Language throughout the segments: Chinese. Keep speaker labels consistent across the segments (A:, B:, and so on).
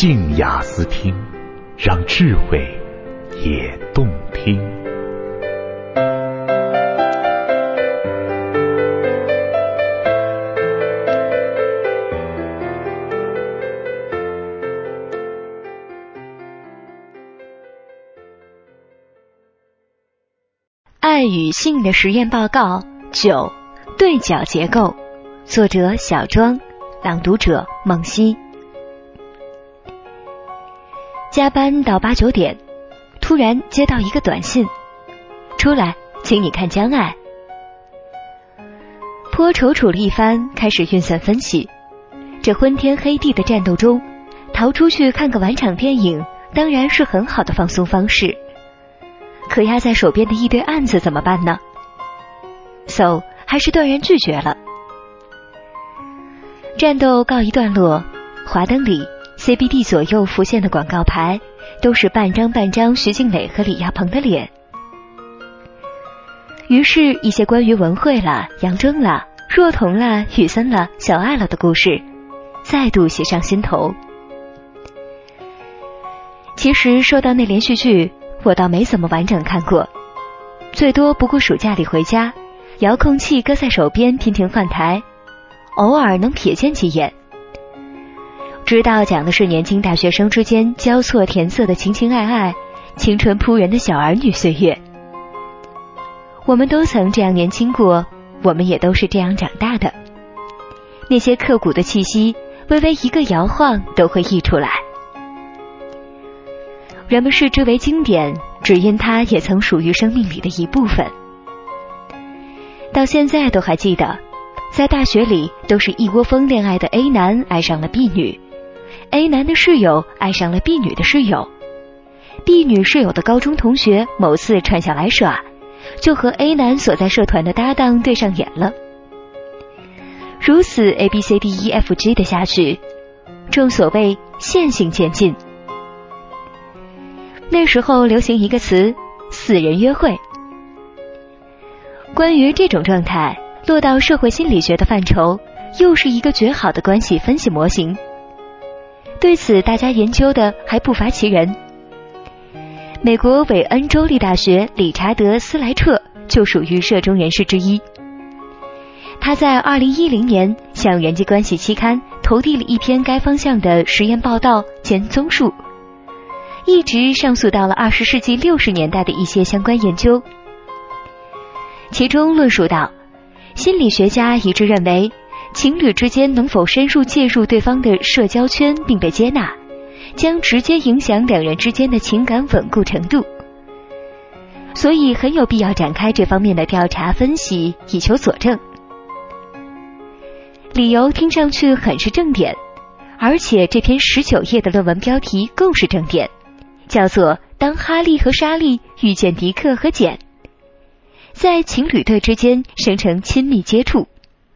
A: 静雅思听，让智慧也动听。
B: 爱与性的实验报告9，对角结构，作者小庄，朗读者梦溪。加班到8、9点，突然接到一个短信，出来请你看将爱。颇踌躇了一番，开始运算分析，这昏天黑地的战斗中，逃出去看个晚场电影当然是很好的放松方式，可压在手边的一堆案子怎么办呢？ So 还是断然拒绝了。战斗告一段落，华灯里 CBD 左右浮现的广告牌都是半张徐静蕾和李亚鹏的脸。于是一些关于文慧了、杨铮了、若彤了、雨森了、小爱了的故事再度写上心头。其实说到那连续剧，我倒没怎么完整看过，最多不过暑假里回家，遥控器搁在手边频频换台，偶尔能瞥见几眼。知道讲的是年轻大学生之间交错填色的情情爱爱，青春扑人的小儿女岁月。我们都曾这样年轻过，我们也都是这样长大的。那些刻骨的气息，微微一个摇晃都会溢出来。人们视之为经典，只因它也曾属于生命里的一部分。到现在都还记得，在大学里都是一窝蜂恋爱的 A 男爱上了 B 女， A 男的室友爱上了 B 女的室友， B 女室友的高中同学某次串下来耍，就和 A 男所在社团的搭档对上眼了。如此 ABCDEFG 的下去，正所谓线性渐进。那时候流行一个词，4人约会。关于这种状态，落到社会心理学的范畴，又是一个绝好的关系分析模型。对此大家研究的还不乏其人。美国韦恩州立大学理查德·斯莱彻就属于社中人士之一。他在2010年向人际关系期刊投递了一篇该方向的实验报道兼综述，一直上溯到了20世纪60年代的一些相关研究。其中论述到，心理学家一致认为，情侣之间能否深入介入对方的社交圈并被接纳，将直接影响两人之间的情感稳固程度。所以很有必要展开这方面的调查分析，以求佐证。理由听上去很是正点，而且这篇19页的论文标题更是正点，叫做当哈利和莎莉遇见迪克和简，在情侣队之间生成亲密接触。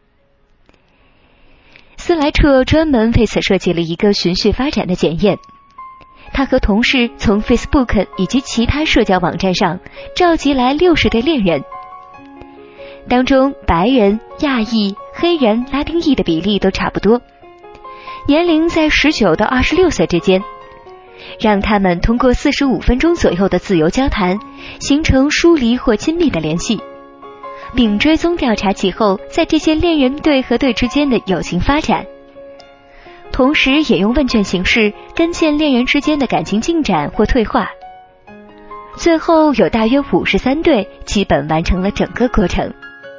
B: 斯莱彻专门为此设计了一个循序发展的检验，他和同事从 Facebook 以及其他社交网站上召集来60对恋人，当中白人、亚裔、黑人、拉丁裔的比例都差不多，年龄在19到26岁之间，让他们通过45分钟左右的自由交谈，形成疏离或亲密的联系，并追踪调查其后在这些恋人队和队之间的友情发展，同时也用问卷形式跟进恋人之间的感情进展或退化。最后有大约53对基本完成了整个过程。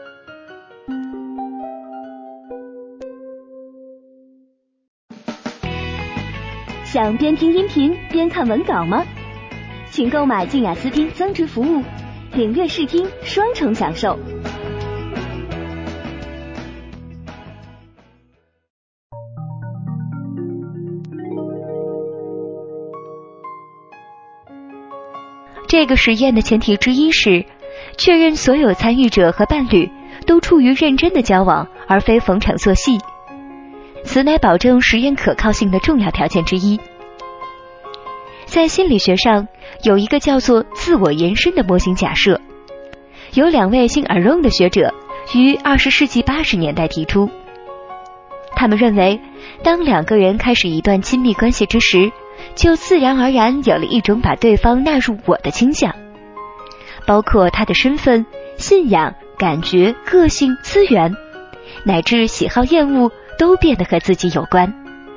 B: 想边听音频边看文稿吗？请购买静雅思听增值服务，领略试听双重享受。这个实验的前提之一是，确认所有参与者和伴侣都处于认真的交往，而非逢场作戏。此乃保证实验可靠性的重要条件之一。在心理学上，有一个叫做自我延伸的模型假设，有2位姓Aron的学者于20世纪80年代提出。他们认为，当2个人开始一段亲密关系之时， 就自然而然有了一种把对方纳入我的倾向，包括他的身份、信仰、感觉、个性、资源，乃至喜好厌恶都变得和自己有关。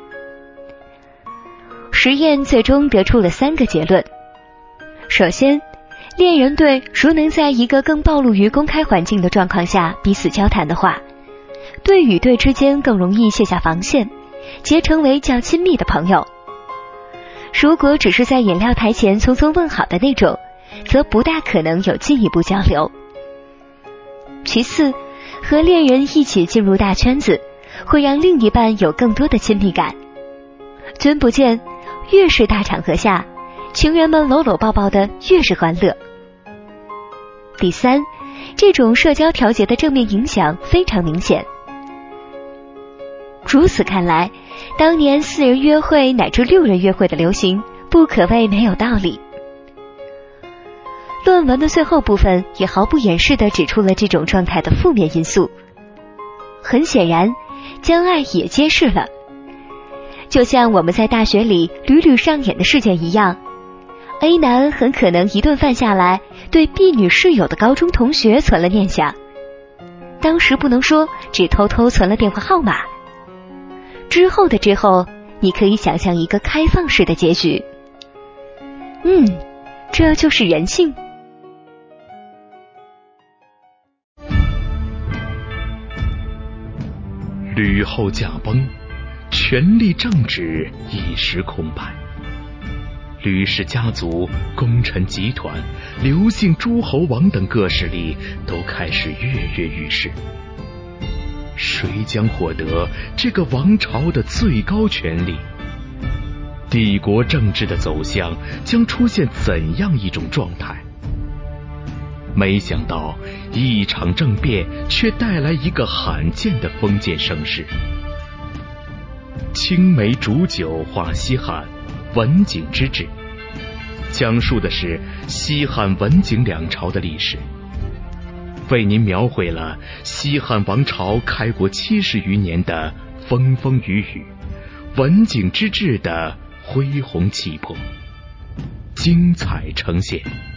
B: 实验最终得出了3个结论。首先，恋人对如能在一个更暴露于公开环境的状况下彼此交谈的话，对与对之间更容易卸下防线，结成为较亲密的朋友。如果只是在饮料台前匆匆问好的那种，则不大可能有进一步交流。其次，和恋人一起进入大圈子，会让另一半有更多的亲密感。君不见，越是大场合下，情人们搂搂抱抱的越是欢乐。第三，这种社交调节的正面影响非常明显。如此看来，当年4人约会乃至6人约会的流行，不可谓没有道理。论文的最后部分也毫不掩饰地指出了这种状态的负面因素。很显然，江爱也揭示了，就像我们在大学里屡屡上演的事件一样， A 男很可能一顿饭下来对 B 女室友的高中同学存了念想，当时不能说，只偷偷存了电话号码。之后，你可以想象一个开放式的结局。这就是人性。
A: 吕后驾崩，权力政治一时空白。吕氏家族、功臣集团、刘姓诸侯王等各势力都开始跃跃欲试。谁将获得这个王朝的最高权力？帝国政治的走向将出现怎样一种状态？没想到一场政变却带来一个罕见的封建盛世。青梅煮酒话西汉，文景之治，讲述的是西汉文景两朝的历史，为您描绘了西汉王朝开国70余年的风风雨雨，文景之治的恢宏气魄，精彩呈现。